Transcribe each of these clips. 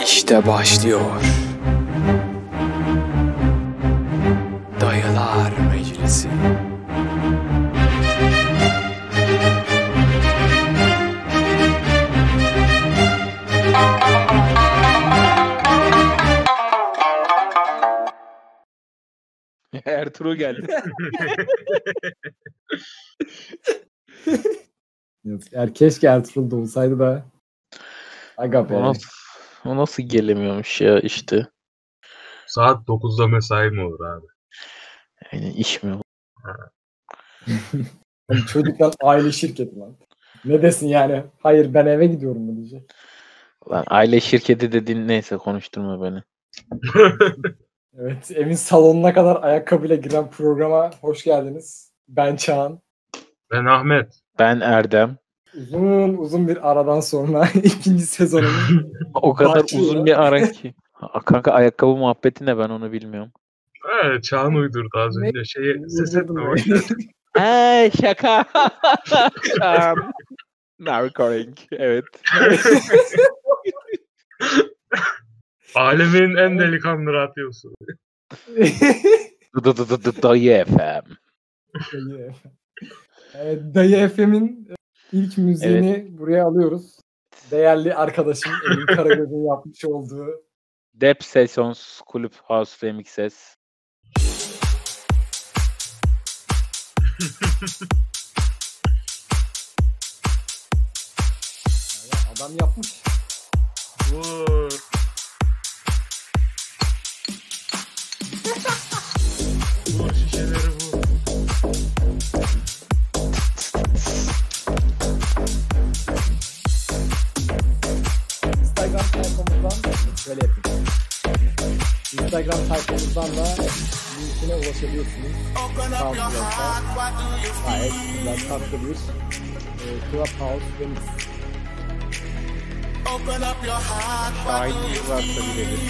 İşte başlıyor. Dayılar Meclisi. Ertuğrul geldi. Keşke Ertuğrul da olsaydı da. Aga be. O nasıl gelemiyormuş ya işte. Saat 9'da mesai mi olur abi? Yani iş mi? Hani çocuklar aile şirketi lan. Ne desin yani? Hayır ben eve gidiyorum mu diyecek. Lan aile şirketi dediğin neyse konuşturma beni. Evet, evin salonuna kadar ayakkabıyla giren programa hoş geldiniz. Ben Çağan. Ben Ahmet. Ben Erdem. Uzun bir aradan sonra ikinci sezonumuz O kadar başlıyor. uzun bir ara ki. Kanka ayakkabı muhabbeti ne ben onu bilmiyorum. Evet, Çağan uydurdu az Ne? önce. Ses etme Uydurdum boş ben. Hey şaka. Now recording. Evet. Alemin en delikanlı radyosu. Dayı FM. Evet, Dayı FM'in ilk müziğini buraya alıyoruz. Değerli arkadaşım Emin Karagöz'ün yapmış olduğu Dep Sessions Clubhouse Remixes. adam yapmış. Vur. Vur şişeleri vur. Instagram sayfamızdan böyle yapayım. Instagram sayfamızdan da linkine ulaşabiliyorsunuz. Soundcloud'da gayet güzel tatlı bir Clubhouse Remix. Şahin bir varsa bilelim.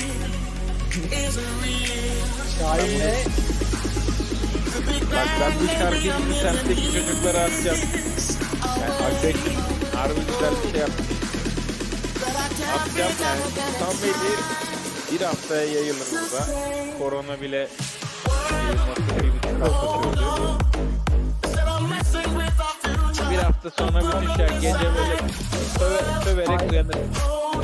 Şahin ne? Bak ben bu şarkıyı şimdi semtteki çocuklara atacağım. Yani agresif, harbi güzel bir şey yaptım. Atacağım yani. Tam belli bir haftaya yayılır burada. Korona bile yayılması bir buçuk hafta sürdü. Bir hafta sonra bütün şey gece böyle söverek uyanırım.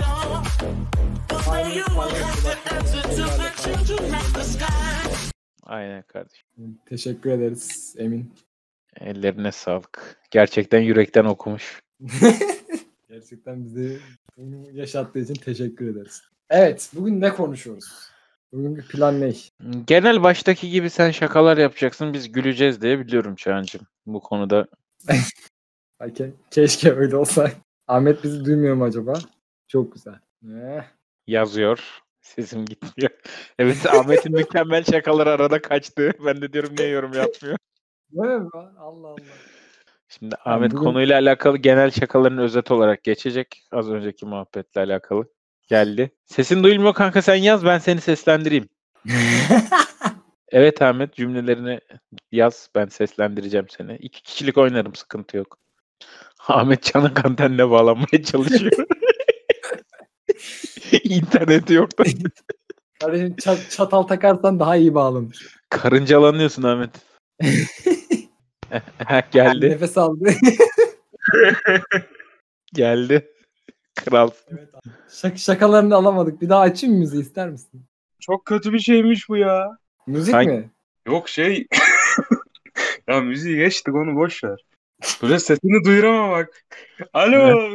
Aynen kardeşim. Teşekkür ederiz Emin. Ellerine sağlık. Gerçekten yürekten okumuş. Gerçekten bizi bunu yaşattığı için teşekkür ederiz. Evet, bugün ne konuşuyoruz? Bugünkü plan ne? Genel baştaki gibi sen şakalar yapacaksın, biz güleceğiz diye biliyorum Çağancığım bu konuda. Keşke öyle olsa. Ahmet bizi duymuyor mu acaba? Çok güzel. Yazıyor. Sesim gitmiyor. Evet, Ahmet'in mükemmel şakaları arada kaçtı. Ben de diyorum niye yorum yapmıyor. Değil mi? Allah Allah. Şimdi Ahmet bugün... konuyla alakalı genel şakaların özet olarak geçecek. Az önceki muhabbetle alakalı. Geldi. Sesin duyulmuyor kanka, sen yaz ben seni seslendireyim. Evet Ahmet, cümlelerini yaz, ben seslendireceğim seni. 2 kişilik oynarım, sıkıntı yok. Ahmet Can'ın antenine bağlanmaya çalışıyor. İnterneti yok da. Kardeşim çatal takarsan daha iyi bağlanır. Karıncalanıyorsun Ahmet. Geldi. Nefes aldı. Geldi. Kral. Evet, şakalarını alamadık. Bir daha açayım mı müziği, ister misin? Çok kötü bir şeymiş bu ya. Müzik mi? Yok ya müziği geçtik, onu boş ver. Böyle sesini duyuramamak. Alo.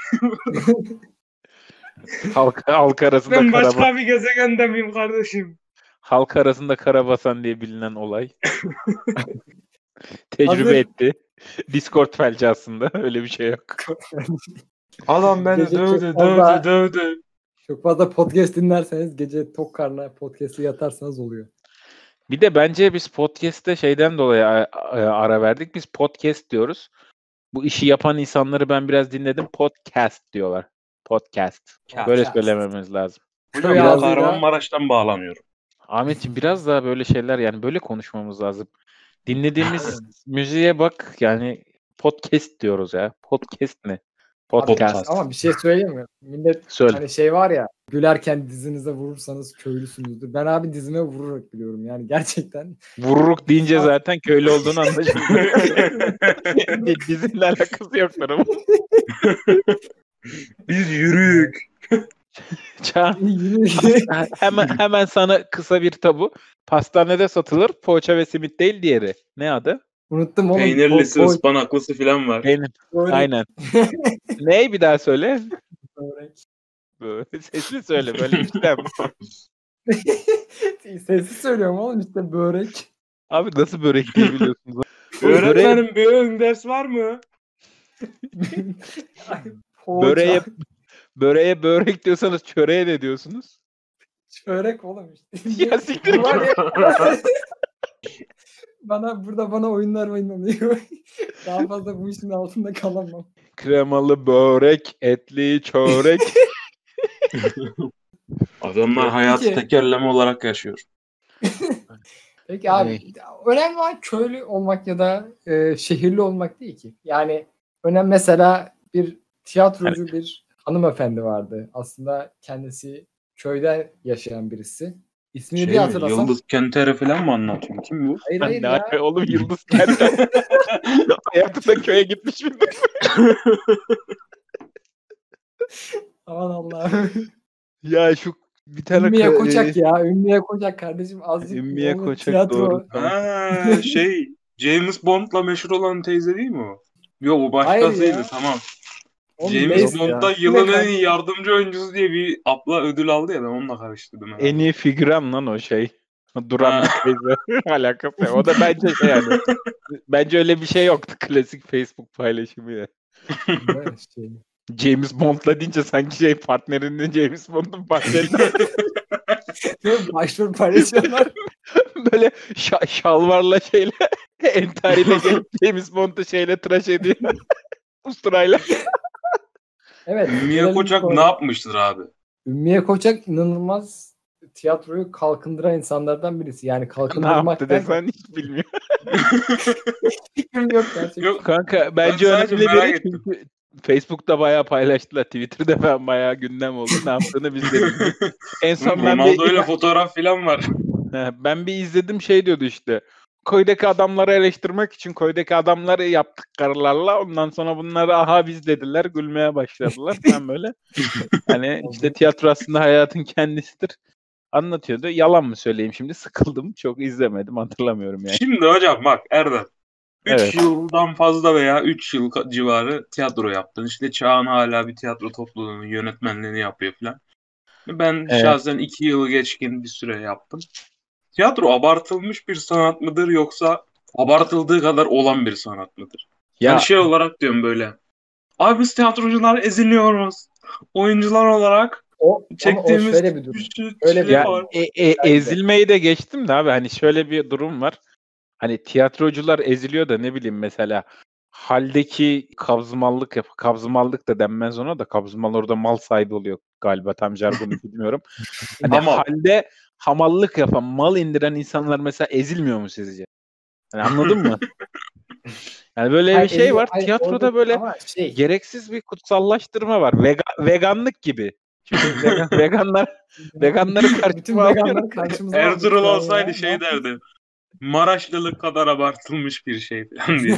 Halk arasında Ben başka bir gezegende miyim kardeşim? Halk arasında karabasan diye bilinen olay. Tecrübe Hazır. etti. Discord felci aslında. Öyle bir şey yok. Adam beni Gece dövdü. Çok fazla podcast dinlerseniz gece tok karnına podcast'ı yatarsanız oluyor. Bir de bence biz podcast'te şeyden dolayı ara verdik. Biz podcast diyoruz. Bu işi yapan insanları ben biraz dinledim. Podcast diyorlar. Podcast. Böyle söylememiz lazım. Hocam biraz Kahramanmaraş'tan bağlanıyorum. Ahmetciğim biraz daha böyle şeyler, yani böyle konuşmamız lazım. Dinlediğimiz müziğe bak, yani podcast diyoruz ya. Podcast ne? Podcast. Ama bir şey söyleyeyim mi? Millet Söyle. hani şey var ya, gülerken dizinize vurursanız köylüsünüzdür. Ben abi dizime vurarak biliyorum yani gerçekten. Vururuk deyince zaten köylü olduğunu anlaşılıyor. Dizinle alakası yoktur ama. Biz yürüyük. Çağan, hemen sana kısa bir tabu. Pastanede satılır. Poğaça ve simit değil diğeri. Ne adı? Unuttum oğlum. Peynirlisi, ıspanaklısı falan var. Peynir. Aynen. Neyi bir daha söyle? Börek. Böyle sesli söyle. Böyle işlem. Sessiz söylüyorum oğlum işte börek. Abi nasıl börek diye biliyorsunuz? Öğretmenim bir ön ders var mı? Poğaça. Böreğe börek diyorsanız çöreğe ne diyorsunuz? Çörek oğlum işte. Ya siktir Var ya- bana oyunlar oynanıyor. Daha fazla bu işin altında kalamam. Kremalı börek, etli çörek. Adamlar hayatı Peki. tekerleme olarak yaşıyor. Peki abi önemli olan köylü olmak ya da şehirli olmak değil ki. Yani önemli mesela bir tiyatrocu bir hanımefendi vardı. Aslında kendisi köyde yaşayan birisi. İsmini bir hatırlasam. Yıldız Kenter'i falan mı anlatıyorsun? Kim bu? Hayır Ne ya. alaka oğlum Yıldız Kent'ten. Hayatında köye gitmiş midir? Aman Allah'ım. Ya şu bir tane Ümmiye Koçak ya. Ümmiye Koçak kardeşim azıcık. Ümmiye oğlum, Koçak tiyatro. doğru. James Bond'la meşhur olan teyze değil mi o? Yok o Hayır başkasıydı ya. tamam. Oğlum, James neyse Bond'da ya. yılın Yine en iyi yardımcı oyuncusu diye bir abla ödül aldı ya ben onunla karıştırdım. herhalde. En iyi figüran lan o şey. Duran Ha. bir teyze. Alakası yok. O da bence şey yani. Bence öyle bir şey yoktu. Klasik Facebook paylaşımı ya. Evet, şey. James Bond'la deyince sanki şey partnerinin James Bond'un partnerinin Başvuru paylaşıyorlar. böyle şalvarla şeyle entariyle gelip James Bond'u şeyle tıraş ediyor. Usturayla. Evet. Ümmiye gelelim Koçak sonra. ne yapmıştır abi? Ümmiye Koçak inanılmaz tiyatroyu kalkındıran insanlardan birisi. Yani Ne kalkındırmak yaptı desen hiç bilmiyorum. fikrim yok gerçekten. Yok Kanka bence sadece önemli merak biri ettim. çünkü Facebook'ta bayağı paylaştılar. Twitter'da falan bayağı gündem oldu. Ne yaptığını biz de bilmiyoruz. En son Ronaldo ile fotoğraf falan var. ben bir izledim şey diyordu işte. Köydeki adamları eleştirmek için köydeki adamları yaptık karılarla. Ondan sonra bunları aha biz dediler. Gülmeye başladılar. Ben böyle hani işte tiyatro aslında hayatın kendisidir. Anlatıyordu. Yalan mı söyleyeyim şimdi? Sıkıldım. Çok izlemedim. Hatırlamıyorum yani. Şimdi hocam bak Erdem. 3 Evet. yıldan fazla veya 3 yıl civarı tiyatro yaptın. İşte Çağan hala bir tiyatro topluluğunun yönetmenliğini yapıyor falan. Ben Evet. şahsen 2 yılı geçkin bir süre yaptım. Tiyatro abartılmış bir sanat mıdır yoksa abartıldığı kadar olan bir sanat mıdır? Ya Yani şey olarak diyorum böyle. Abi biz tiyatrocular eziliyoruz. Oyuncular olarak Ama o çektiğimiz şöyle bir durum. bir Öyle şey bir ya var. ezilmeyi de geçtim de abi hani şöyle bir durum var. Hani tiyatrocular eziliyor da ne bileyim mesela haldeki kabzımallık da denmez ona da kabzımal orada mal sahibi oluyor galiba tam jargonu bilmiyorum. Hani Hamal. halde hamallık yapan mal indiren insanlar mesela ezilmiyor mu sizce? Hani anladın mı? Yani böyle bir şey var. Tiyatroda böyle ama şey, gereksiz bir kutsallaştırma var. Veganlık gibi. Çünkü veganları bütün karşıma alıyor. veganları karşımıza Ertuğrul aldık ya. olsaydı şey derdi. Maraşlılık kadar abartılmış bir şey falan diye.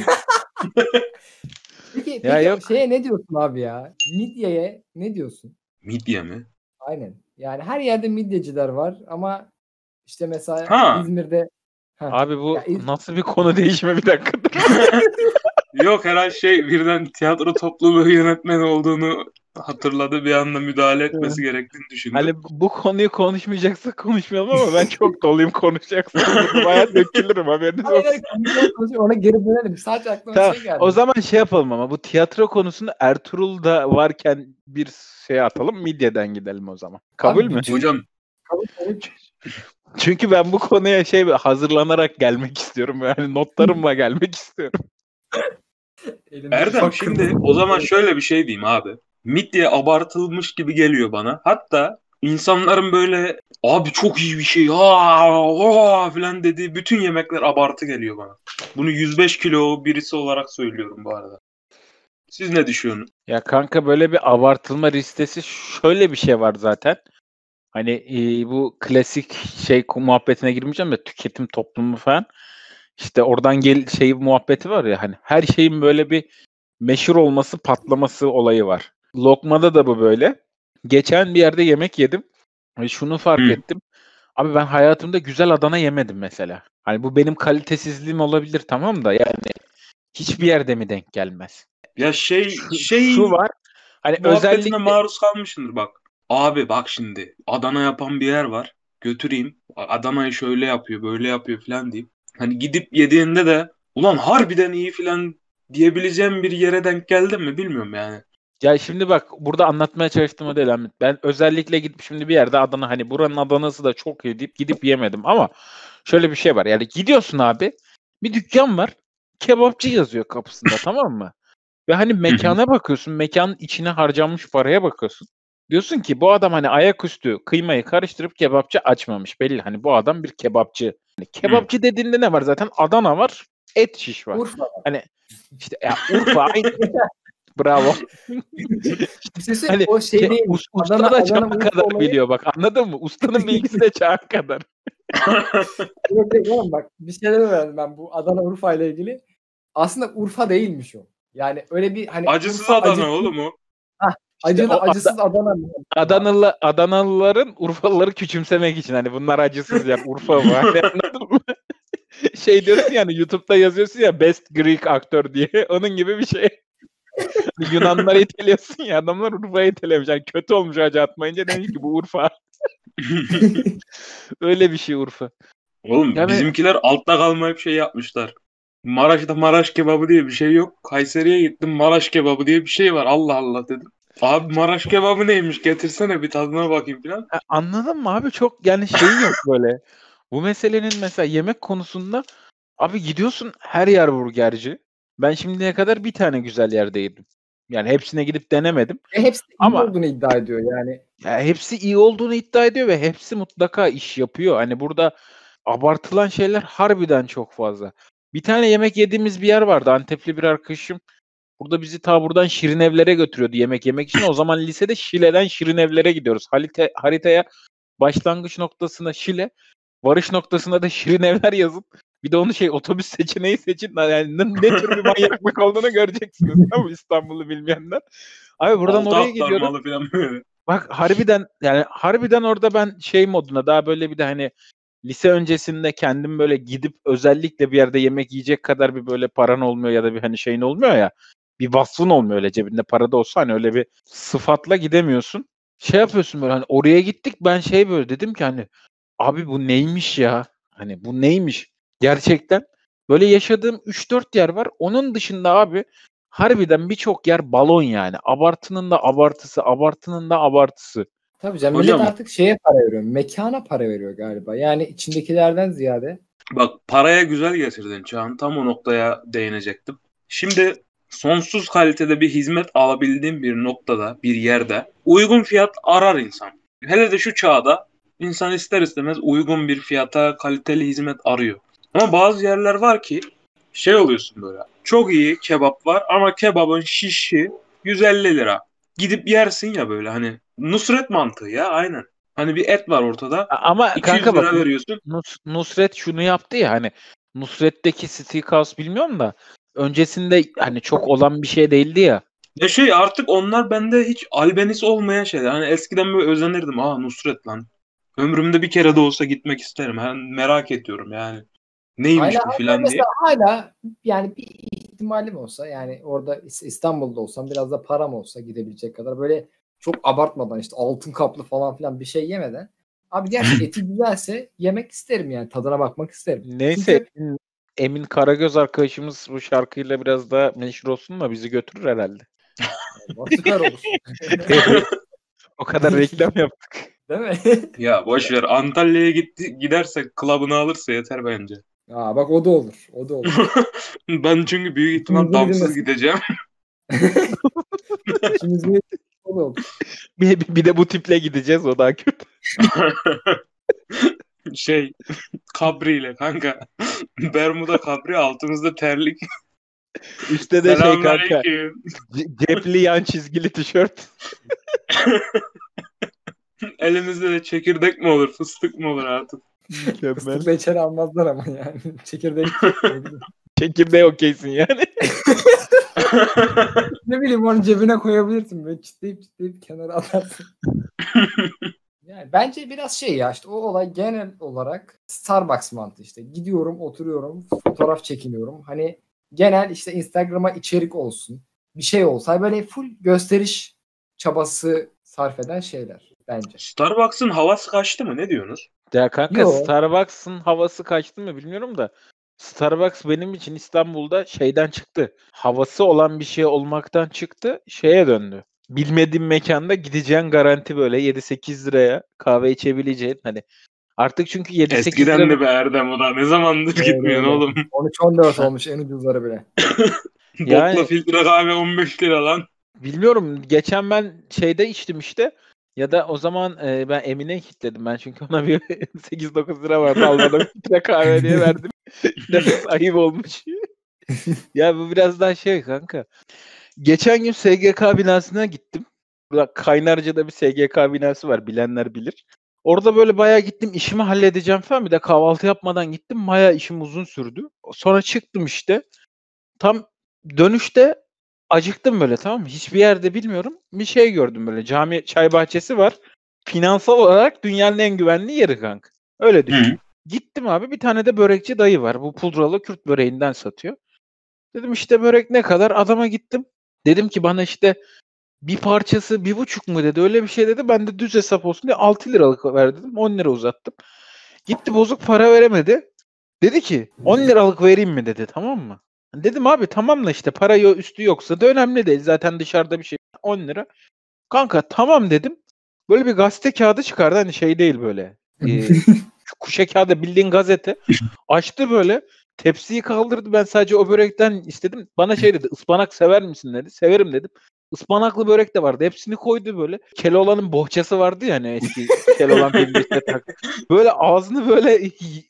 Peki Ya yok. şeye ne diyorsun abi ya? Midyeye ne diyorsun? Midye mi? Aynen. Yani her yerde midyeciler var ama işte mesela Ha. İzmir'de Abi bu Ya nasıl bir konu değişimi bir dakika. Yok herhalde şey birden tiyatro topluluğu yönetmeni olduğunu hatırladı bir anda müdahale etmesi gerektiğini düşündü. Hani bu konuyu konuşmayacaksak konuşmayalım ama ben çok doluyum konuşacaksak. Bayağı dökülürüm haberiniz olsun. Hayır, ona geri dönelim. Sadece aklıma Tamam, şey geldi. o zaman şey yapalım ama bu tiyatro konusunu Ertuğrul'da varken bir şey atalım. Midyeden gidelim o zaman. Kabul Abi mü? bütün- Hocam Kabul. Çünkü ben bu konuya hazırlanarak gelmek istiyorum. Yani notlarımla gelmek istiyorum. Elimde Erdem çok şimdi kırmızı- o zaman şöyle bir şey diyeyim abi. Midye abartılmış gibi geliyor bana. Hatta insanların böyle abi çok iyi bir şey falan dediği bütün yemekler abartı geliyor bana. Bunu 105 kilo birisi olarak söylüyorum bu arada. Siz ne düşünüyorsunuz? Ya kanka böyle bir abartılma listesi şöyle bir şey var zaten. Hani bu klasik şey muhabbetine girmeyeceğim de tüketim toplumu falan. İşte oradan muhabbeti var ya hani her şeyin böyle bir meşhur olması, patlaması olayı var. Lokmada da bu böyle. Geçen bir yerde yemek yedim. Şunu fark ettim. Abi ben hayatımda güzel Adana yemedim mesela. Hani bu benim kalitesizliğim olabilir tamam da yani hiçbir yerde mi denk gelmez? Ya Şu var. Hani muhabbetine özellikle maruz kalmışsındır bak. Abi bak şimdi Adana yapan bir yer var. Götüreyim. Adana'yı şöyle yapıyor, böyle yapıyor falan deyip. Hani gidip yediğinde de ulan harbiden iyi falan diyebileceğim bir yere denk geldin mi bilmiyorum yani. ya şimdi bak burada anlatmaya çalıştığım o değil Ahmet. Ben özellikle gidip şimdi bir yerde Adana hani buranın Adana'sı da çok iyi deyip gidip yemedim ama şöyle bir şey var. Yani gidiyorsun abi bir dükkan var. Kebapçı yazıyor kapısında tamam mı? Ve hani mekana bakıyorsun. Mekanın içine harcanmış paraya bakıyorsun. Diyorsun ki bu adam hani ayaküstü kıymayı karıştırıp kebapçı açmamış. Belli hani bu adam bir kebapçı. Hani kebapçı dediğinde ne var zaten? Adana var, et şiş var. Urfa. Hani işte ya Urfa aynı. Bravo. Hani O şey değil. usta da çağa Urfa kadar olayı- biliyor bak anladın mı? Ustanın bilgisi de çağa kadar. Yok, yok, oğlum bak bir şeyler öğrendim ben bu Adana Urfa ile ilgili. Aslında Urfa değilmiş o. Yani öyle bir hani Acısız Urfa Adana oğlum o. acılı o acısız Adana mı? Adanalıların Urfalıları küçümsemek için hani bunlar acısız yer Urfa var. Hani anladın mı? Şey diyorsun yani YouTube'da yazıyorsun ya Best Greek Actor diye. Onun gibi bir şey. Yunanları iteliyorsun ya adamlar Urfa'yı itelemiş. Yani kötü olmuş acı atmayınca demiş ki bu Urfa. Öyle bir şey Urfa. Oğlum Yani bizimkiler altta kalmayıp şey yapmışlar. Maraş'ta Maraş kebabı diye bir şey yok. Kayseri'ye gittim Maraş kebabı diye bir şey var. Allah Allah dedim. Abi Maraş kebabı neymiş? Getirsene bir tadına bakayım falan. anladın mı abi çok yani şeyi yok böyle. Bu meselenin mesela yemek konusunda abi gidiyorsun her yer burgerci. Ben şimdiye kadar bir tane güzel yerde yedim. Yani hepsine gidip denemedim. Hepsi iyi Ama olduğunu iddia ediyor yani. ya hepsi iyi olduğunu iddia ediyor ve hepsi mutlaka iş yapıyor. Hani burada abartılan şeyler harbiden çok fazla. Bir tane yemek yediğimiz bir yer vardı. Antepli bir arkadaşım. Burada bizi ta buradan Şirinevler'e götürüyordu yemek yemek için. O zaman lisede Şile'den Şirinevler'e gidiyoruz. Haritaya başlangıç noktasına Şile, varış noktasına da Şirinevler yazın. Bir de onu otobüs seçeneği seçin. Yani ne tür bir manyaklık olduğunu göreceksiniz. Tamam mı? İstanbul'u bilmeyenler. Abi buradan Altı oraya gidiyordum. aktarmalı falan böyle. Bak harbiden orada ben şey moduna daha böyle bir de hani lise öncesinde kendim böyle gidip özellikle bir yerde yemek yiyecek kadar bir böyle paran olmuyor ya da bir hani şeyin olmuyor ya. Bir vasfın olmuyor öyle cebinde para da olsa hani öyle bir sıfatla gidemiyorsun. Şey yapıyorsun böyle hani oraya gittik ben böyle dedim ki hani abi bu neymiş ya? Hani bu neymiş? Gerçekten böyle yaşadığım 3-4 yer var. Onun dışında abi harbiden birçok yer balon yani. Abartının da abartısı, abartının da abartısı. Tabii canım Hocam- millet artık şeye para veriyor. Mekana para veriyor galiba. Yani içindekilerden ziyade. Bak paraya güzel getirdin Çağan. Tam o noktaya değinecektim. Şimdi sonsuz kalitede bir hizmet alabildiğin bir noktada, bir yerde uygun fiyat arar insan. Hele de şu çağda insan ister istemez uygun bir fiyata kaliteli hizmet arıyor. Ama bazı yerler var ki şey oluyorsun böyle. Çok iyi kebap var ama kebabın şişi 150 lira. Gidip yersin ya böyle hani Nusret mantığı ya aynen. Hani bir et var ortada. Ama 200 kanka bak lira veriyorsun. Nusret şunu yaptı ya hani Nusret'teki Steakhouse bilmiyorum da öncesinde hani çok olan bir şey değildi ya. Ya artık onlar bende hiç albenisi olmayan şeyler. Hani eskiden böyle özenirdim. Aa Nusret lan. Ömrümde bir kere de olsa gitmek isterim. Ben merak ediyorum yani. Neymiş bu filan diye. Mesela hala yani bir ihtimalim olsa yani orada İstanbul'da olsam biraz da param olsa gidebilecek kadar böyle çok abartmadan işte altın kaplı falan filan bir şey yemeden abi gerçi eti güzelse yemek isterim yani tadına bakmak isterim. Neyse Emin Karagöz arkadaşımız bu şarkıyla biraz daha meşhur olsun da bizi götürür herhalde. Süper olur. O kadar reklam yaptık. Değil mi? Ya boş ver. Antalya'ya gidersek klabını alırsa yeter bence. Aa, bak o da olur. O da olur. Ben çünkü büyük ihtimal damsız gideceğim. İkimiz o da olur. Bir de bu tiple gideceğiz o daha kötü. Kabriyle kanka. Bermuda kabri altımızda terlik. Üstte de kanka. Selamünaleyküm. Cepli yan çizgili tişört. Elimizde de çekirdek mi olur, fıstık mı olur artık? Mükemmel. Fıstıkla içeri almazlar ama yani. Çekirdek. Çekirdeği okeysin yani. Ne bileyim onu cebine koyabilirsin. Böyle çıtlayıp kenara atarsın. Yani bence biraz şey ya işte o olay genel olarak Starbucks mantığı işte. Gidiyorum, oturuyorum, fotoğraf çekiniyorum. Hani genel işte Instagram'a içerik olsun. Bir şey olsa böyle full gösteriş çabası sarf eden şeyler bence. Starbucks'ın havası kaçtı mı? Ne diyorsunuz? Ya kanka Yo. Starbucks'ın havası kaçtı mı bilmiyorum da Starbucks benim için İstanbul'da şeyden çıktı. Havası olan bir şey olmaktan çıktı. Şeye döndü. Bilmediğin mekanda gideceğin garanti böyle 7-8 liraya kahve içebileceğin hani artık çünkü 7-8 Eskiden lira de be Erdem o da. Ne zamandır gitmiyorsun oğlum? 13-14 olmuş en ucuzları bile. Yani- Bokla filtre kahve 15 lira lan. bilmiyorum. Geçen ben şeyde içtim işte. Ya da o zaman ben Emine'ye kilitledim. Ben çünkü ona bir 8-9 lira vardı. Almadan filtre kahve diye verdim. Biraz ayıp olmuş. Ya bu biraz daha şey kanka. Geçen gün SGK binasına gittim. Burada Kaynarca'da bir SGK binası var. Bilenler bilir. Orada böyle bayağı gittim. İşimi halledeceğim falan. Bir de kahvaltı yapmadan gittim. Bayağı işim uzun sürdü. Sonra çıktım işte. Tam dönüşte acıktım böyle, tamam mı? Hiçbir yerde bilmiyorum. Bir şey gördüm böyle. Cami çay bahçesi var. Finansal olarak dünyanın en güvenli yeri kanka. Öyle düşün. Hı. Gittim abi, bir tane de börekçi dayı var. Bu pudralı Kürt böreğinden satıyor. Dedim işte börek ne kadar? Adama gittim. Dedim ki bana işte bir parçası 1,5 mu dedi. Öyle bir şey dedi. Ben de düz hesap olsun diye 6 liralık ver dedim. 10 lira uzattım. Gitti bozuk para veremedi. Dedi ki 10 liralık vereyim mi dedi, tamam mı? Dedim abi tamam da işte para üstü yoksa da önemli değil. Zaten dışarıda bir şey 10 lira. Kanka tamam dedim. Böyle bir gazete kağıdı çıkardı, hani şey değil böyle. Kuşe kağıdı, bildiğin gazete. Açtı böyle. Tepsiyi kaldırdı. Ben sadece o börekten istedim. Bana şey dedi. Ispanak sever misin dedi. Severim dedim. Ispanaklı börek de vardı. Hepsini koydu böyle. Keloğlan'ın bohçası vardı ya hani, eski Keloğlan filmde işte böyle ağzını böyle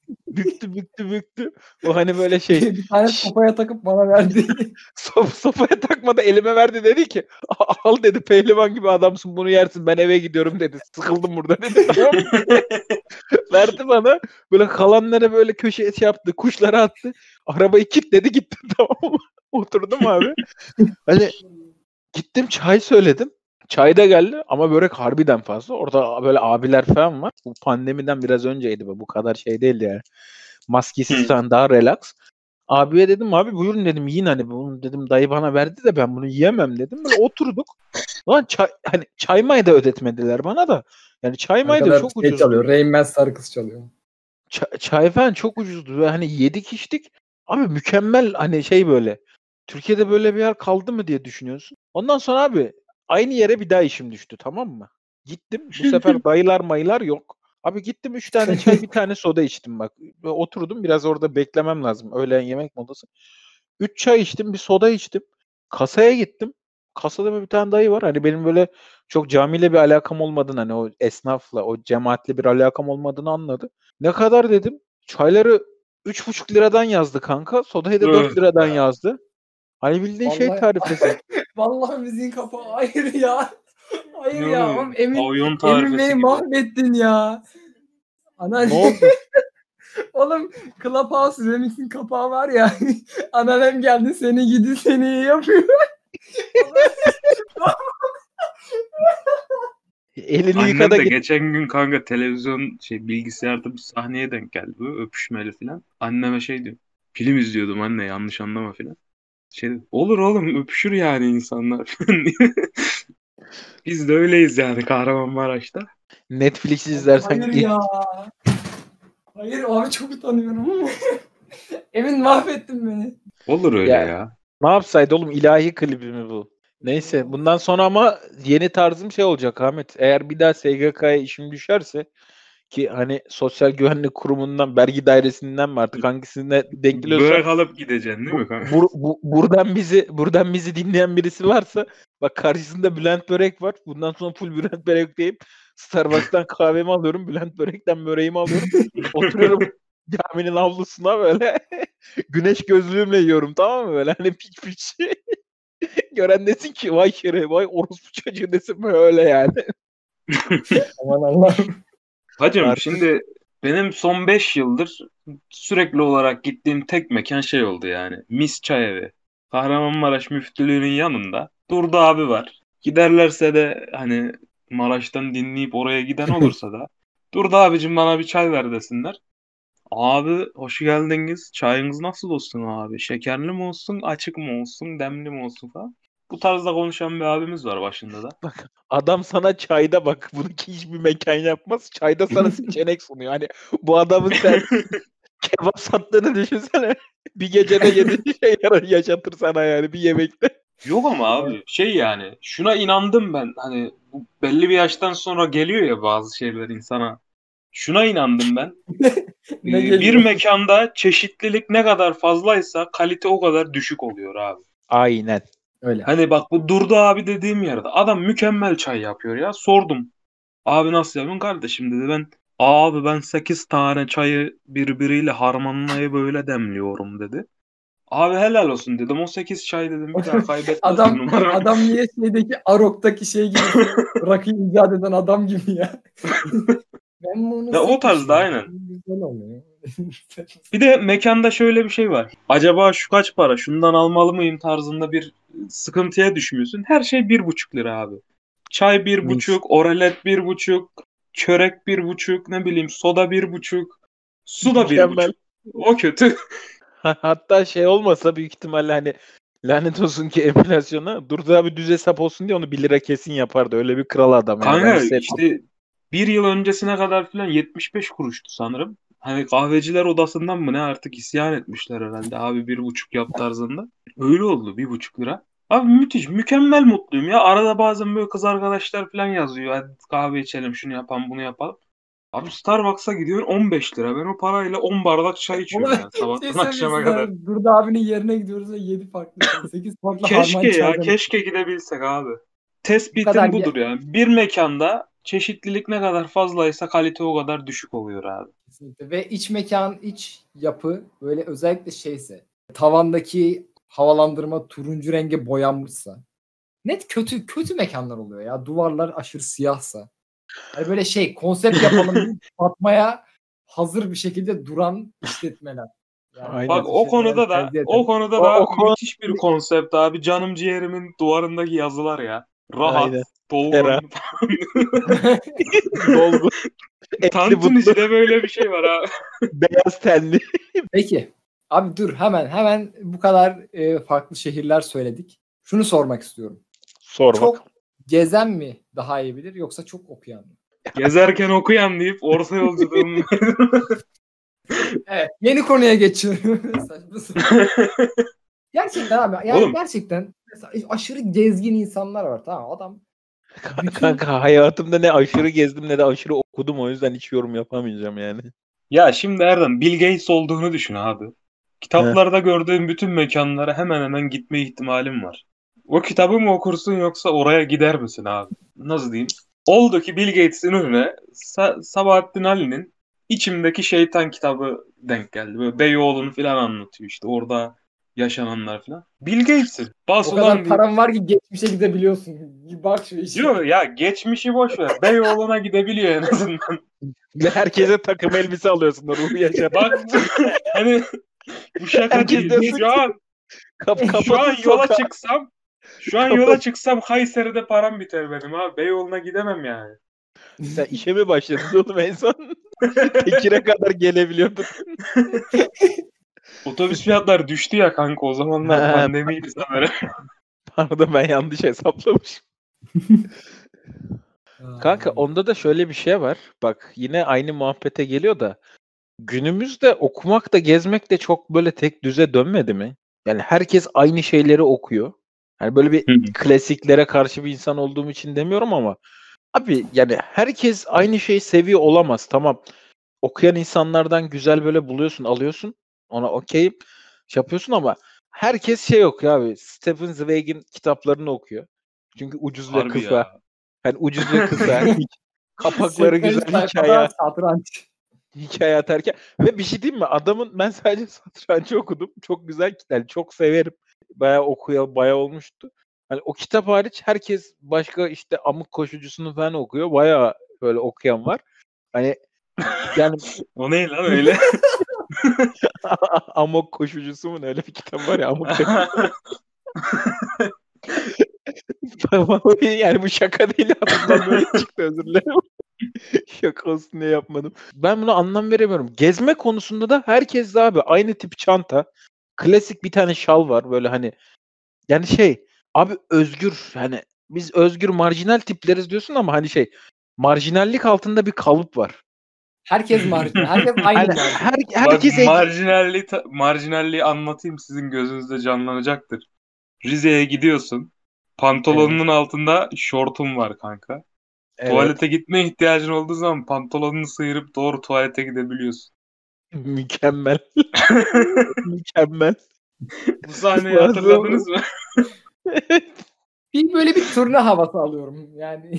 büktü. O hani böyle şey. Bir tane sopaya takıp bana verdi. Sopaya takmadı, elime verdi, dedi ki al dedi, pehlivan gibi adamsın, bunu yersin, ben eve gidiyorum dedi. Sıkıldım burada dedi, tamam mı? Verdi bana, böyle kalanları böyle köşeye şey yaptı, kuşlara attı. Arabayı kilitledi gitti, tamam mı? Oturdum abi. Hani gittim çay söyledim. Çay da geldi ama börek harbiden fazla. Orada böyle abiler falan var. Bu pandemiden biraz önceydi bu kadar şey değildi yani. Maskesiz falan, daha relax. Abiye dedim abi buyurun dedim, yiyin hani bunu dedim, dayı bana verdi de ben bunu yiyemem dedim. Böyle oturduk. Lan çay, hani çay may da ödetmediler bana da. Yani çay may da Arkada çok şey ucuzdu. çalıyor. Rain Man sarı kız çalıyor. Çay falan çok ucuzdu ve hani yedik içtik. Abi mükemmel, hani şey böyle. Türkiye'de böyle bir yer kaldı mı diye düşünüyorsun. Ondan sonra abi aynı yere bir daha işim düştü, tamam mı? Gittim bu sefer dayılar mayılar yok. Abi gittim 3 tane çay bir tane soda içtim bak. Ve oturdum biraz orada beklemem lazım. Öğlen yemek molası. 3 çay içtim, bir soda içtim. Kasaya gittim. Kasada bir tane dayı var. Hani benim böyle çok camiyle bir alakam olmadığını, hani o esnafla, o cemaatle bir alakam olmadığını anladı. Ne kadar dedim. Çayları 3,5 liradan yazdı kanka. Sodayı da 4 liradan yazdı. Hani bildiğin şey Vallahi- tarifesi. Vallahi müziğin kapağı. Hayır ya. Hayır Ne ya. oluyor? Oğlum, Emin Pavyon tarifesi beni gibi. mahvettin ya. Ana Ne oldu? Oğlum Clubhouse Remix'in kapağı var ya. Anneannem geldi seni gidi seni iyi yapıyor. Elini Annem yıka da de git. geçen gün kanka televizyon bilgisayarda bir sahneye denk geldi bu öpüşmeli falan. Anneme şey diyor. Film izliyordum anne, yanlış anlama falan. Şey dedi, olur oğlum öpüşür yani insanlar falan diye. Biz de öyleyiz yani Kahramanmaraş'ta. Netflix izlersen Hayır ilk ya. Hayır abi çok utanıyorum. Emin mahvettin beni. Olur öyle Ya. ya. ne yapsaydı oğlum, ilahi klibi mi bu? Neyse bundan sonra ama yeni tarzım şey olacak Ahmet. Eğer bir daha SGK'ya işim düşerse, ki hani Sosyal Güvenlik Kurumu'ndan, vergi dairesinden mi artık hangisine denk geliyorsa, Börek alıp gideceksin değil mi kanka? buradan bizi dinleyen birisi varsa, bak karşısında Bülent Börek var. Bundan sonra full Bülent Börek deyip Starbucks'tan kahvemi alıyorum. Bülent Börek'ten böreğimi alıyorum. Oturuyorum caminin avlusuna böyle güneş gözlüğümle yiyorum, tamam mı, böyle hani piç gören desin ki vay şeref, vay orospu çocuğu desin, böyle yani. Aman Allah'ım. Hacım Artık- şimdi benim son 5 yıldır sürekli olarak gittiğim tek mekan şey oldu yani. Mis Çay Evi. Kahramanmaraş Müftülüğü'nün yanında Durdu abi var. Giderlerse de hani Maraş'tan dinleyip oraya giden olursa da Durdu abicim bana bir çay ver desinler. Abi hoş geldiniz. Çayınız nasıl olsun abi? Şekerli mi olsun, açık mı olsun, demli mi olsun falan. Bu tarzda konuşan bir abimiz var başında da. Adam sana çayda bak. Bunu hiçbir mekan yapmaz. Çayda sana seçenek sunuyor. Hani bu adamın sen kebap sattığını düşünsene. Bir gecede yediği şey yaşatır sana yani bir yemekte. Yok ama abi şey yani şuna inandım ben. Hani bu belli bir yaştan sonra geliyor ya bazı şeyler insana. Şuna inandım ben. Ne Bir geliyor? mekanda çeşitlilik ne kadar fazlaysa kalite o kadar düşük oluyor abi. Aynen. Öyle. Hani bak bu Durdu abi dediğim yerde adam mükemmel çay yapıyor ya. Sordum. Abi nasıl yapıyorsun kardeşim dedi. Ben 8 tane çayı birbiriyle harmanlayıp böyle demliyorum dedi. Abi helal olsun dedim. O 8 çay dedim bir daha kaybetmez bu numara. Adam niye şeydeki Arok'taki şey gibi rakıyı icat eden adam gibi ya. Ben bunu Ya o seçmişim. tarzda aynen. Güzel oluyor. Bir de mekanda şöyle bir şey var. Acaba şu kaç para? Şundan almalı mıyım tarzında bir sıkıntıya düşmüyorsun. Her şey 1,5 lira abi. Çay 1,5, oralet 1,5, çörek 1,5, ne bileyim soda 1,5, su da Mükemmel. 1,5. O kötü. Hatta şey olmasa büyük ihtimalle hani lanet olsun ki enflasyona Durdu abi düz hesap olsun diye onu 1 lira kesin yapardı. Öyle bir kral adam yani. Kanka Ben hissettim. işte bir yıl öncesine kadar falan 75 kuruştu sanırım. Hani kahveciler odasından mı ne artık isyan etmişler herhalde. Abi 1,5 yap tarzında. Öyle oldu 1,5 lira. Abi müthiş, mükemmel mutluyum ya. Arada bazen böyle kız arkadaşlar falan yazıyor. Hadi kahve içelim, şunu yapalım, bunu yapalım. Abi Starbucks'a gidiyorsun 15 lira. Ben o parayla 10 bardak çay içiyorum yani sabahtan akşama kadar. Durdu abinin yerine gidiyoruz ve 7 farklı 8 farklı Keşke harman ya, çaydan. keşke gidebilsek abi. Bu Tespitim kadar budur yani. Bir mekanda çeşitlilik ne kadar fazlaysa kalite o kadar düşük oluyor abi. Kesinlikle. Ve iç mekan, iç yapı böyle özellikle şeyse, tavandaki havalandırma turuncu renge boyanmışsa, net kötü mekanlar oluyor ya. Duvarlar aşırı siyahsa. Hani böyle şey konsept yapalım deyip batmaya hazır bir şekilde duran işletmeler. Yani Aynen. Bak o konuda da müthiş bir konsept abi. Canım ciğerimin duvarındaki yazılar ya. Rahat, Aynen. dolgun. Ferah. Dolgun. Tantuni'de böyle bir şey var abi. Beyaz tenli. Peki. Abi dur hemen bu kadar farklı şehirler söyledik. Şunu sormak istiyorum. Sor Çok bak. gezen mi daha iyi bilir yoksa çok okuyan mı? Gezerken okuyan deyip orta yolculuğum. Evet. Yeni konuya geçiyorum. Saçma sapan. Gerçekten abi. Yani Oğlum. gerçekten mesela aşırı gezgin insanlar var. Tamam adam. Kanka hayatımda ne aşırı gezdim ne de aşırı okudum, o yüzden hiç yorum yapamayacağım yani. Ya şimdi Erdem Bill Gates olduğunu düşün abi. Kitaplarda gördüğün bütün mekanlara hemen hemen gitme ihtimalim var. O kitabı mı okursun yoksa oraya gider misin abi? Nasıl diyeyim? Oldu ki Bill Gates'in önüne Sabahattin Ali'nin İçimdeki Şeytan kitabı denk geldi. Böyle Beyoğlu'nu falan anlatıyor işte orada yaşananlar falan. Bill Gates'in. Bas O ulan kadar deyip. param var ki geçmişe gidebiliyorsun. Bak şu işe. Yok ya geçmişi boş ver. Beyoğlu'na gidebiliyor en azından. Herkese takım elbise alıyorsun da ruhu yaşa. Bak hani bu şaka Herkes değil. diyorsun Şu an Şu an yola çıksam Kayseri'de param biter benim abi. Beyoğlu'na gidemem yani. Sen işe mi başladın oğlum en son? Tekir'e kadar gelebiliyordun. Otobüs fiyatları düştü ya kanka o zamanlar pandemiydi sanırım. Pardon, ben yanlış hesaplamışım. Kanka onda da şöyle bir şey var. Bak yine aynı muhabbete geliyor da günümüzde okumak da gezmek de çok böyle tek düze dönmedi mi? Yani herkes aynı şeyleri okuyor. Yani böyle bir klasiklere karşı bir insan olduğum için demiyorum ama abi yani herkes aynı şeyi seviyor olamaz. Tamam. Okuyan insanlardan güzel böyle buluyorsun, alıyorsun. Ona okey şey yapıyorsun ama herkes şey okuyor abi. Stephen Zweig'in kitaplarını okuyor. Çünkü ucuz ve Harbi kısa. ya. Yani ucuz ve kısa. Kapakları 80 güzel, sayfada satranç. hikaye atarken. Ve bir şey diyeyim mi? Ben sadece satrancı okudum. Çok güzel kitap. Yani çok severim. Bayağı bayağı olmuştu. Hani o kitap hariç herkes başka işte amık koşucusunu falan okuyor. Bayağı böyle okuyan var. Hani yani O ne lan öyle? amok koşucusu mu ne, öyle bir kitap var ya, amok koşucusu. Yani bu şaka değil, aklımdan böyle çıktı, özür dilerim. Şaka olsun diye yapmadım. Ben buna anlam veremiyorum. Gezme konusunda da herkes de abi aynı tip çanta. Klasik bir tane şal var böyle hani. Yani abi özgür, hani biz özgür marjinal tipleriz diyorsun ama hani marjinallik altında bir kalıp var. Herkes marjinal. Herkes aynı Hani marjinal. herkes Marjinalliği anlatayım, sizin gözünüzde canlanacaktır. Rize'ye gidiyorsun. Pantolonunun altında şortun var kanka. Evet. Tuvalete gitme ihtiyacın olduğu zaman pantolonunu sıyırıp doğru tuvalete gidebiliyorsun. Mükemmel. Mükemmel. Bu sahneyi hatırladınız mı? Bir böyle bir turne havası alıyorum. Yani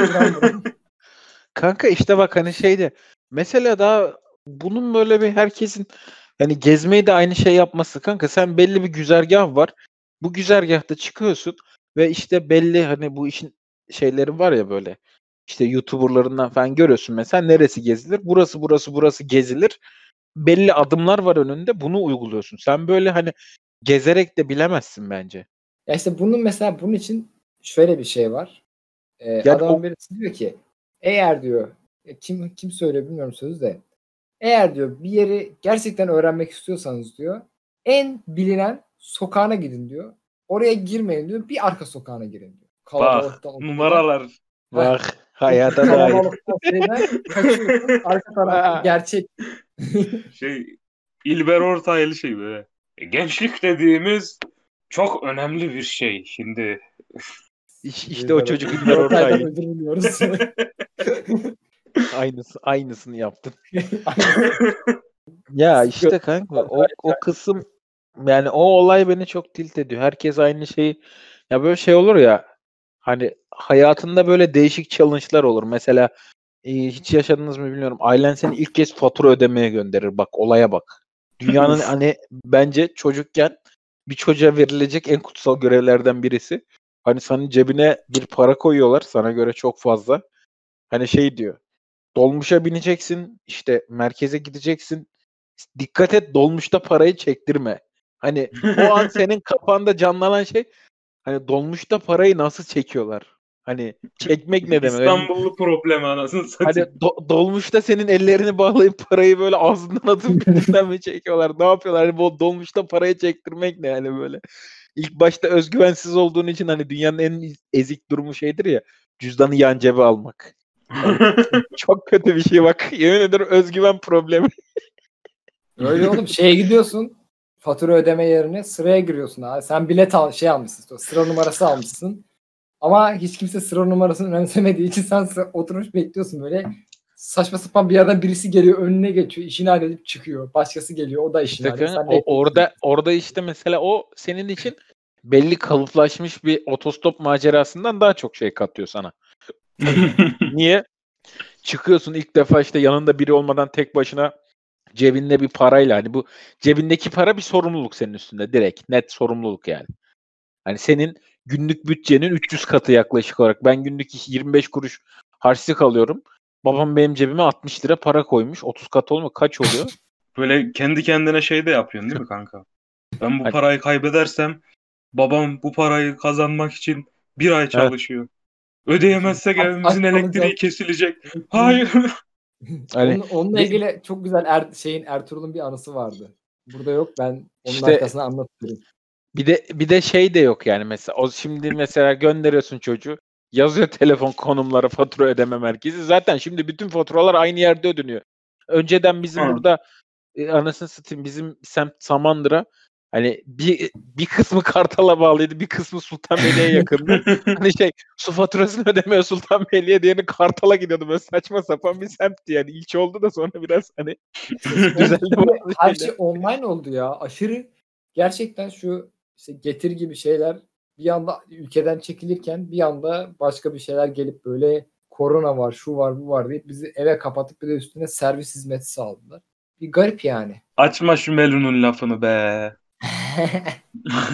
Kanka işte bak hani mesela daha bunun böyle bir herkesin hani gezmeyi de aynı şey yapması kanka, sen belli bir güzergah var. Bu güzergahta çıkıyorsun ve işte belli hani bu işin şeyleri var ya, böyle işte YouTuber'larından falan görüyorsun mesela, neresi gezilir? Burası gezilir. Belli adımlar var önünde, bunu uyguluyorsun. Sen böyle hani gezerek de bilemezsin bence. ya işte bunun için şöyle bir şey var. Yani Adam birisi diyor ki, eğer diyor, kim söylüyor bilmiyorum sözü de, eğer diyor bir yeri gerçekten öğrenmek istiyorsanız diyor, en bilinen sokağına gidin diyor. Oraya girmeyin diyor. Bir arka sokağına girin diyor. Bak Kalabalıktan, numaralar. bak hayata dair. kalabalıktan kaçıyorsun. Arka tarafta gerçek. İlber Ortaylı böyle. Gençlik dediğimiz çok önemli bir şey. Şimdi İşte o çocuk İlber Ortaylı. Ödül diliyoruz. Aynısını yaptın. Ya işte kanka o kısım, yani o olay beni çok tilt ediyor. Herkes aynı şeyi, ya böyle olur ya, hani hayatında böyle değişik challenge'lar olur. Mesela hiç yaşadınız mı bilmiyorum. Ailen seni ilk kez fatura ödemeye gönderir. Bak olaya bak. Dünyanın hani bence çocukken bir çocuğa verilecek en kutsal görevlerden birisi. Hani senin cebine bir para koyuyorlar, sana göre çok fazla. Hani diyor. Dolmuşa bineceksin, işte merkeze gideceksin. Dikkat et, dolmuşta parayı çektirme. Hani o an senin kafanda canlanan hani dolmuşta parayı nasıl çekiyorlar? Hani çekmek ne demek? Hani, İstanbullu problemi anasını satayım. hani dolmuşta senin ellerini bağlayıp parayı böyle ağzından atıp gözünden mi çekiyorlar? Ne yapıyorlar? Hani bu dolmuşta parayı çektirmek ne yani böyle? İlk başta özgüvensiz olduğun için hani dünyanın en ezik durumu ya, cüzdanı yan cebe almak. Yani çok kötü bir şey bak. Yemin ederim özgüven problemi. Öyle oğlum, gidiyorsun, fatura ödeme yerine sıraya giriyorsun abi. Sen bilet almışsın, sıra numarası almışsın. Ama hiç kimse sıra numarasını önemsemediği için sen oturmuş bekliyorsun böyle. Saçma sapan bir yerden birisi geliyor, önüne geçiyor, işini halledip çıkıyor. Başkası geliyor, o da işini hallediyor. Orada işte mesela o senin için belli kalıplaşmış bir otostop macerasından daha çok şey katıyor sana. Niye? Çıkıyorsun ilk defa, işte yanında biri olmadan tek başına cebinde bir parayla, hani bu cebindeki para bir sorumluluk senin üstünde, direkt net sorumluluk yani. Hani senin günlük bütçenin 300 katı yaklaşık olarak. Ben günlük 25 kuruş harçlık alıyorum. Babam benim cebime 60 lira para koymuş. 30 kat olmuyor. Kaç oluyor? Böyle kendi kendine de yapıyorsun değil mi kanka? Ben bu parayı kaybedersem babam bu parayı kazanmak için bir ay çalışıyor. Ödeyemezsek evimizin elektriği kesilecek. Hayır. Hani onunla ilgili çok güzel Ertuğrul'un bir anısı vardı. Burada yok, ben onun İşte- arkasına anlatırım. bir de de yok yani, mesela o şimdi mesela gönderiyorsun çocuğu, yazıyor telefon konumları, fatura ödeme merkezi. Zaten şimdi bütün faturalar aynı yerde ödeniyor. Önceden bizim burada anasını satayım, bizim semt Samandıra, hani bir kısmı Kartal'a bağlıydı, bir kısmı Sultanbeyli'ye yakındı. Hani su faturasını ödemiyor Sultanbeyli'ye, diğerini Kartal'a gidiyordu. Böyle saçma sapan bir semtti yani. İlçe oldu da sonra biraz hani düzeldi. Her şey online oldu ya. Aşırı gerçekten şu işte Getir gibi şeyler bir anda ülkeden çekilirken bir anda başka bir şeyler gelip böyle korona var, şu var, bu var deyip bizi eve kapatıp bir de üstüne servis hizmeti sağladılar. Bir garip yani. Açma şu Melun'un lafını be.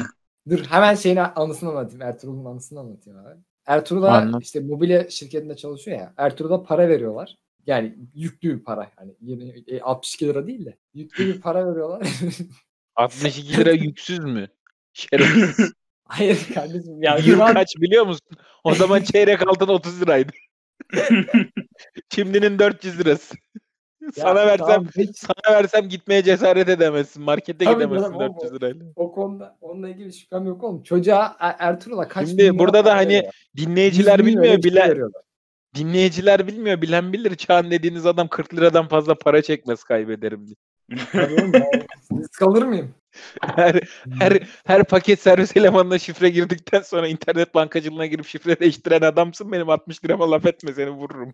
Dur hemen anısını anlatayım. Ertuğrul'un anısını anlatayım abi. Ertuğrul'a Anlat. işte mobilya şirketinde çalışıyor ya. Ertuğrul'a para veriyorlar. Yani yüklü bir para. Hani 62 lira değil de yüklü bir para veriyorlar. 62 lira yüksüz mü? Şerefsiz. Hayır kardeşim. Yani Yıl şu an kaç biliyor musun? O zaman çeyrek altın 30 liraydı. Şimdinin 400 lirası. Sana versem tamam, peki. sana versem gitmeye cesaret edemezsin. Markete Tabii gidemezsin canım, 400 lirayla. O konuda onunla ilgili şüphem yok oğlum. Çocuğa Ertuğrul'a kaç bin Şimdi lira burada da para hani veriyorlar? dinleyiciler 100 bin bilmiyor, öyle bir şey veriyorlar. dinleyiciler bilmiyor, bilen bilir. Çağan dediğiniz adam 40 liradan fazla para çekmez kaybederim diye. Tabii oğlum, ben risk alır mıyım? Her paket servis elemanına şifre girdikten sonra internet bankacılığına girip şifre değiştiren adamsın. Benim 60 lirama laf etme, seni vururum.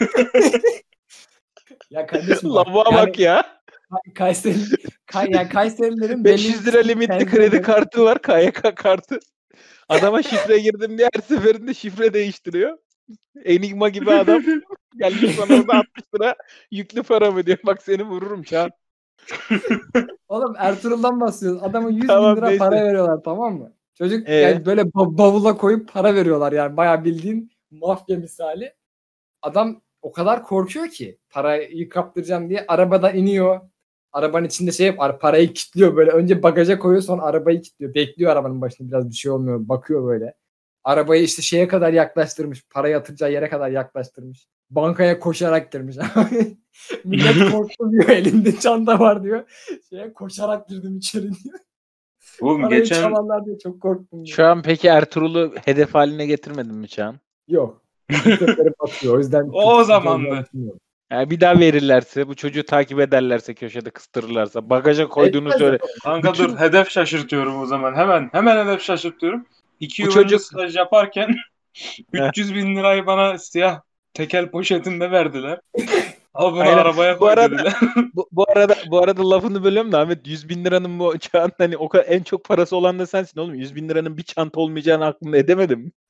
Ya kardeşim bak, Lavuğa bak ya. Kayserilerin 500 lira limitli kendi kredi kartı var, KYK kartı. Adama şifre girdim diye her seferinde şifre değiştiriyor. Enigma gibi adam. Gelmiş bana orada 60 lira yüklü para mı diyor. Bak seni vururum Çağan. Oğlum Ertuğrul'dan bahsediyoruz. Adama 100 Tamam, bin lira neyse. para veriyorlar, tamam mı? Çocuk Ee? yani böyle bavula koyup para veriyorlar yani. Bayağı bildiğin mafya misali. Adam o kadar korkuyor ki parayı kaptıracağım diye arabadan iniyor. Arabanın içinde parayı kilitliyor böyle. Önce bagaja koyuyor, sonra arabayı kilitliyor. Bekliyor arabanın başında, biraz bir şey olmuyor. Bakıyor böyle. Arabayı işte şeye kadar yaklaştırmış. Parayı atacağı yere kadar yaklaştırmış. Bankaya koşarak girmiş. Millet korktu diyor. Elimde çanta var diyor. Koşarak girdim içeri diyor. Oğlum Parayı geçen çalanlar diye çok korktum diyor. Şu an peki Ertuğrul'u hedef haline getirmedin mi Çağan? Yok. Şirketleri batıyor. O yüzden O zamandı. Yani bir daha verirlerse, bu çocuğu takip ederlerse, köşede kıstırırlarsa, bagaja koyduğunu söyle. kanka Bütün- dur hedef şaşırtıyorum o zaman. Hemen hedef şaşırtıyorum. 2 Bu yıl çocuk- önce staj yaparken 300 bin lirayı bana siyah tekel poşetinde verdiler. Al bunu Aynen. arabaya Bu koy arada- dediler. Bu arada lafını bölüyorum da Ahmet, 100 bin liranın bu Çağan hani o kadar en çok parası olan da sensin oğlum. 100 bin liranın bir çanta olmayacağını aklında edemedim mi?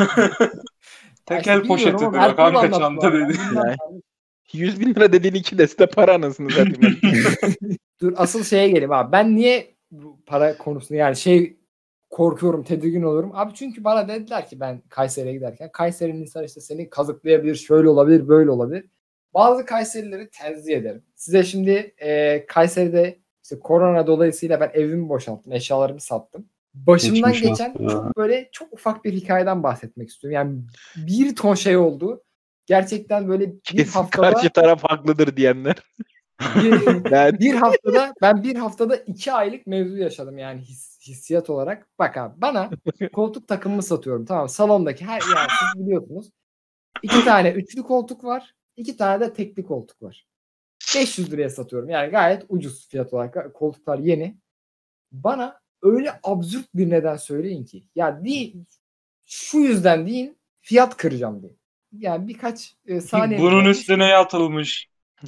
Tekel poşetidir o kanka çanta dedi. Yani. 100 bin lira dediğin 2 deste para anasını satayım. Dur asıl şeye geleyim abi. Ben niye bu para konusunda yani korkuyorum, tedirgin oluyorum. Abi çünkü bana dediler ki ben Kayseri'ye giderken, Kayseri'nin insan işte seni kazıklayabilir, şöyle olabilir, böyle olabilir. Bazı Kayserileri tenzih ederim. Size şimdi Kayseri'de işte korona dolayısıyla ben evimi boşalttım, eşyalarımı sattım. Başımdan Geçmiş geçen olsun ya. çok böyle çok ufak bir hikayeden bahsetmek istiyorum. Yani bir ton şey oldu. Gerçekten böyle bir Kesin haftada karşı taraf haklıdır diyenler. Ben ben bir haftada 2 aylık mevzu yaşadım yani hissiyat olarak. Bak abi, bana koltuk takımımı satıyorum. Tamam, salondaki yani siz biliyorsunuz. 2 tane üçlü koltuk var. 2 tane de tekli koltuk var. 500 liraya satıyorum. Yani gayet ucuz fiyat olarak. Koltuklar yeni. Bana öyle absürt bir neden söyleyin ki. Ya değil, şu yüzden değil, fiyat kıracağım diye. Yani birkaç saniye. Bunun üstüne yatılmış.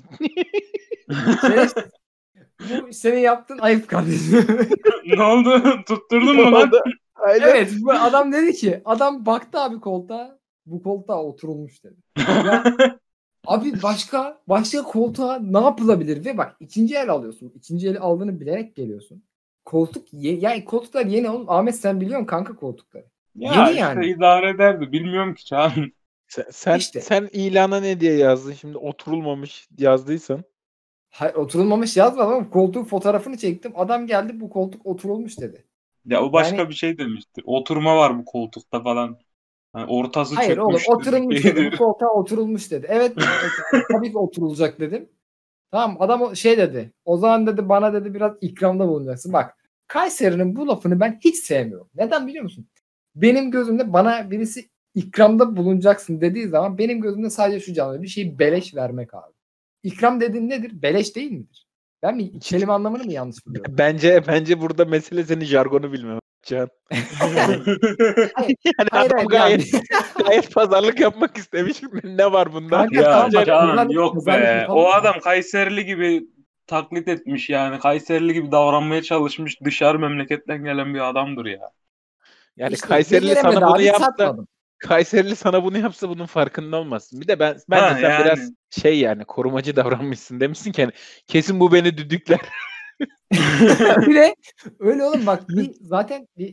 Bu senin yaptığın ayıp kardeşim. Ne oldu? Tutturdun mu lan? Aynen. Evet, bu adam dedi ki, adam baktı abi koltuğa, bu koltuğa oturulmuş dedi. Ya, abi başka koltuğa ne yapılabilir? Ve bak, ikinci el alıyorsun. İkinci el aldığını bilerek geliyorsun. Yani koltuklar yeni oğlum. Ahmet sen biliyorsun kanka koltukları. Ya Yeni işte yani. idare ederdi. Bilmiyorum ki Çağan. Sen sen ilana ne diye yazdın şimdi, oturulmamış yazdıysan? Hayır, oturulmamış yazmadım ama koltuğun fotoğrafını çektim. Adam geldi, bu koltuk oturulmuş dedi. Ya o başka Yani- bir şey demiştir. Oturma var bu koltukta falan. Yani ortası Hayır oğlum, çökmüştür. oturulmuş bir şey dedi. Bu diyor. koltuğa oturulmuş dedi. Evet dedim, tabii ki oturulacak dedim. Tamam, adam dedi. O zaman dedi bana dedi biraz ikramda bulunacaksın. Bak, Kayseri'nin bu lafını ben hiç sevmiyorum. Neden biliyor musun? Benim gözümde bana birisi ikramda bulunacaksın dediği zaman benim gözümde sadece şu canlı bir şeyi beleş vermek abi. İkram dediğin nedir? Beleş değil midir? Ben mi kelime anlamını mı yanlış biliyorum? Bence burada mesele senin jargonu bilmem. Can. Hayır, Yani hayır, adam gayet pazarlık yapmak istemiş. Ne var bunda? Kanka, Ya tamam, bak, Can pazarlık- yok pazarlık be. yapalım O mı? adam Kayserili gibi taklit etmiş yani. Kayserili gibi davranmaya çalışmış. Dışarı memleketten gelen bir adamdır ya. Yani İşte Kayserili beceremedi sana bunu abi, yapsa, satmadım. Kayserili sana bunu yapsa bunun farkında olmazsın. Bir de bence Ha, sen yani. biraz yani korumacı davranmışsın, demişsin ki hani, kesin bu beni düdükler. Öyle oğlum, bak zaten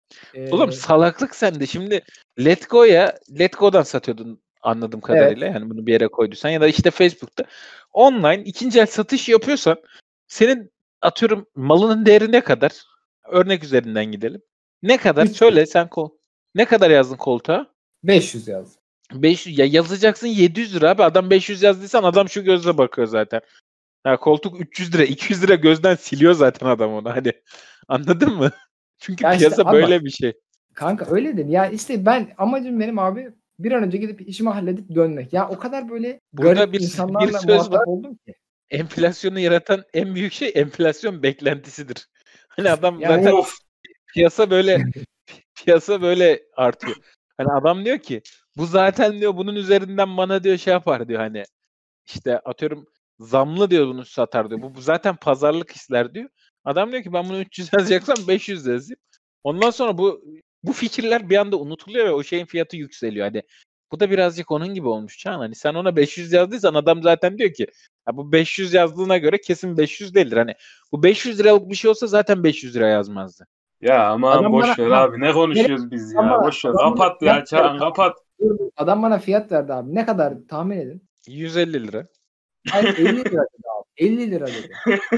Oğlum salaklık sende. Şimdi Letgo'dan satıyordun anladığım kadarıyla. Yani bunu bir yere koyduysan ya da işte Facebook'ta online ikinci el satış yapıyorsan senin atıyorum malının değeri ne kadar? Örnek üzerinden gidelim. Ne kadar? Söyle sen ne kadar yazdın koltuğa? 500 yazdım. 500 ya yazacaksın 700 lira abi. Adam 500 yazdıysan adam şu gözle bakıyor zaten. Ya koltuk 300 lira, 200 lira gözden siliyor zaten adam onu. Hani anladın mı? Çünkü Ya piyasa işte, böyle bir şey. Kanka öyledir. Ya işte amacım benim abi bir an önce gidip işimi halledip dönmek. Ya o kadar böyle Burada garip bir insanlarla söz muhatap var. oldum ki. Enflasyonu yaratan en büyük şey enflasyon beklentisidir. Hani adam Yani zaten piyasa böyle artıyor. Hani adam diyor ki bu zaten diyor bunun üzerinden bana diyor şey yapar diyor hani işte atıyorum zamlı diyor bunu satar diyor. Bu zaten pazarlık hisler diyor. Adam diyor ki ben bunu 300 yazacaksam 500 yazayım. Ondan sonra bu fikirler bir anda unutuluyor ve o şeyin fiyatı yükseliyor. Hani bu da birazcık onun gibi olmuş Çağan. Hani sen ona 500 yazdıysan adam zaten diyor ki ya bu 500 yazdığına göre kesin 500 değildir. Hani bu 500 liralık bir şey olsa zaten 500 lira yazmazdı. Ya aman Adam boş ver bana- abi. Ne konuşuyoruz biz ya? Ama Boş ver. adam Kapat bana ya Çağan kapat. Adam bana fiyat verdi abi. Ne kadar tahmin edin? 150 lira. Hayır 50 lira dedi abi. 50 lira dedi.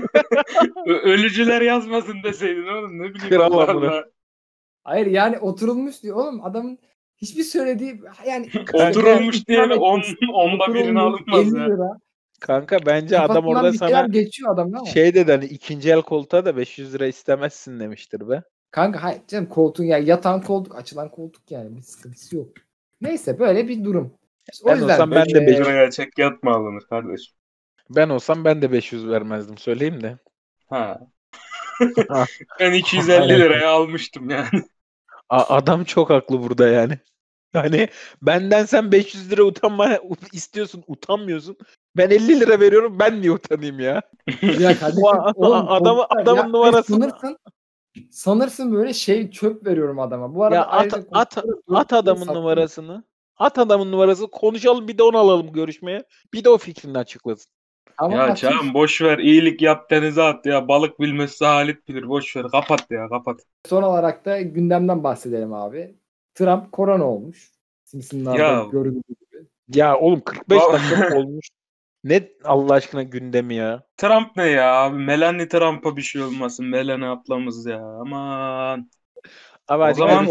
Ölücüler yazmasın deseydin oğlum. Ne bileyim Kral Allah amına. Allah. Hayır yani oturulmuş diyor. Oğlum adamın hiçbir söylediği yani Oturulmuş diyeni onda birini oturulmuş alınmaz 50 ya. lira. Kanka bence adam Kafasından orada bir şeyler sana geçiyor adamın ama. şey dedi hani ikinci el koltuğa da 500 lira istemezsin demiştir be. Kanka hayır canım koltuğun yani yatan koltuk açılan koltuk yani bir sıkıntısı yok. Neyse böyle bir durum. İşte Ben olsam ben de 500 liraya çek yatma alınır kardeşim. Ben olsam ben de 500 vermezdim söyleyeyim de. Ha. Ha. Ben 250 liraya almıştım yani. Adam çok haklı burada yani. Yani benden sen 500 lira istiyorsun, utanmıyorsun. Ben 50 lira veriyorum, ben niye utanayım ya? Ya kardeşim oğlum, Adamın numarasını sanırsın böyle şey çöp veriyorum adama. Bu arada ya ayrıca at adamın numarasını. At adamın numarasını konuşalım bir de onu alalım görüşmeye. Bir de o fikrini açıklasın. Ama Ya Çağan boş ver iyilik yap denize at ya. Balık bilmezse Halit bilir. Boş ver kapat ya kapat. son olarak da gündemden bahsedelim abi. Trump korona olmuş. Simpsonlarda Ya. görüldüğü gibi. Ya oğlum 45 dakika olmuş. Ne Allah aşkına gündemi ya. Trump ne ya abi? Melania Trump'a bir şey olmasın. Melania ablamız ya. Aman. Abi O zaman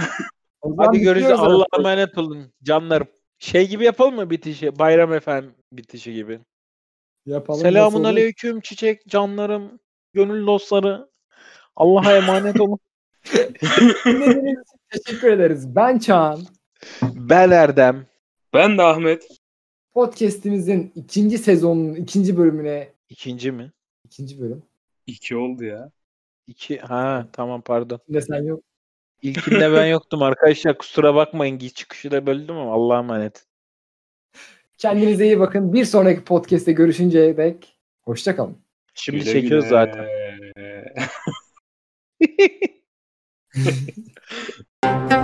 hadi görüşürüz. bitiriyoruz Allah'a artık. emanet olun canlarım. Şey gibi yapalım mı bitişi? Bayram efendim bitişi gibi. Yapalım. Selamun nasıl olur? aleyküm çiçek canlarım, gönül dostları. Allah'a emanet olun. Dinlediğiniz için teşekkür ederiz. Ben Çağan. Ben Erdem. ben de Ahmet. Podcast'imizin ikinci sezonunun ikinci bölümüne İkinci mi? ikinci bölüm. 2 oldu ya. Ha tamam pardon. Şimdi sen yok. İlkinde ben yoktum arkadaşlar kusura bakmayın çıkışı da böldüm ama Allah'a emanet. Kendinize iyi bakın. Bir sonraki podcast'te görüşünceye dek hoşça kalın. Şimdi Güle çekiyoruz güle. zaten.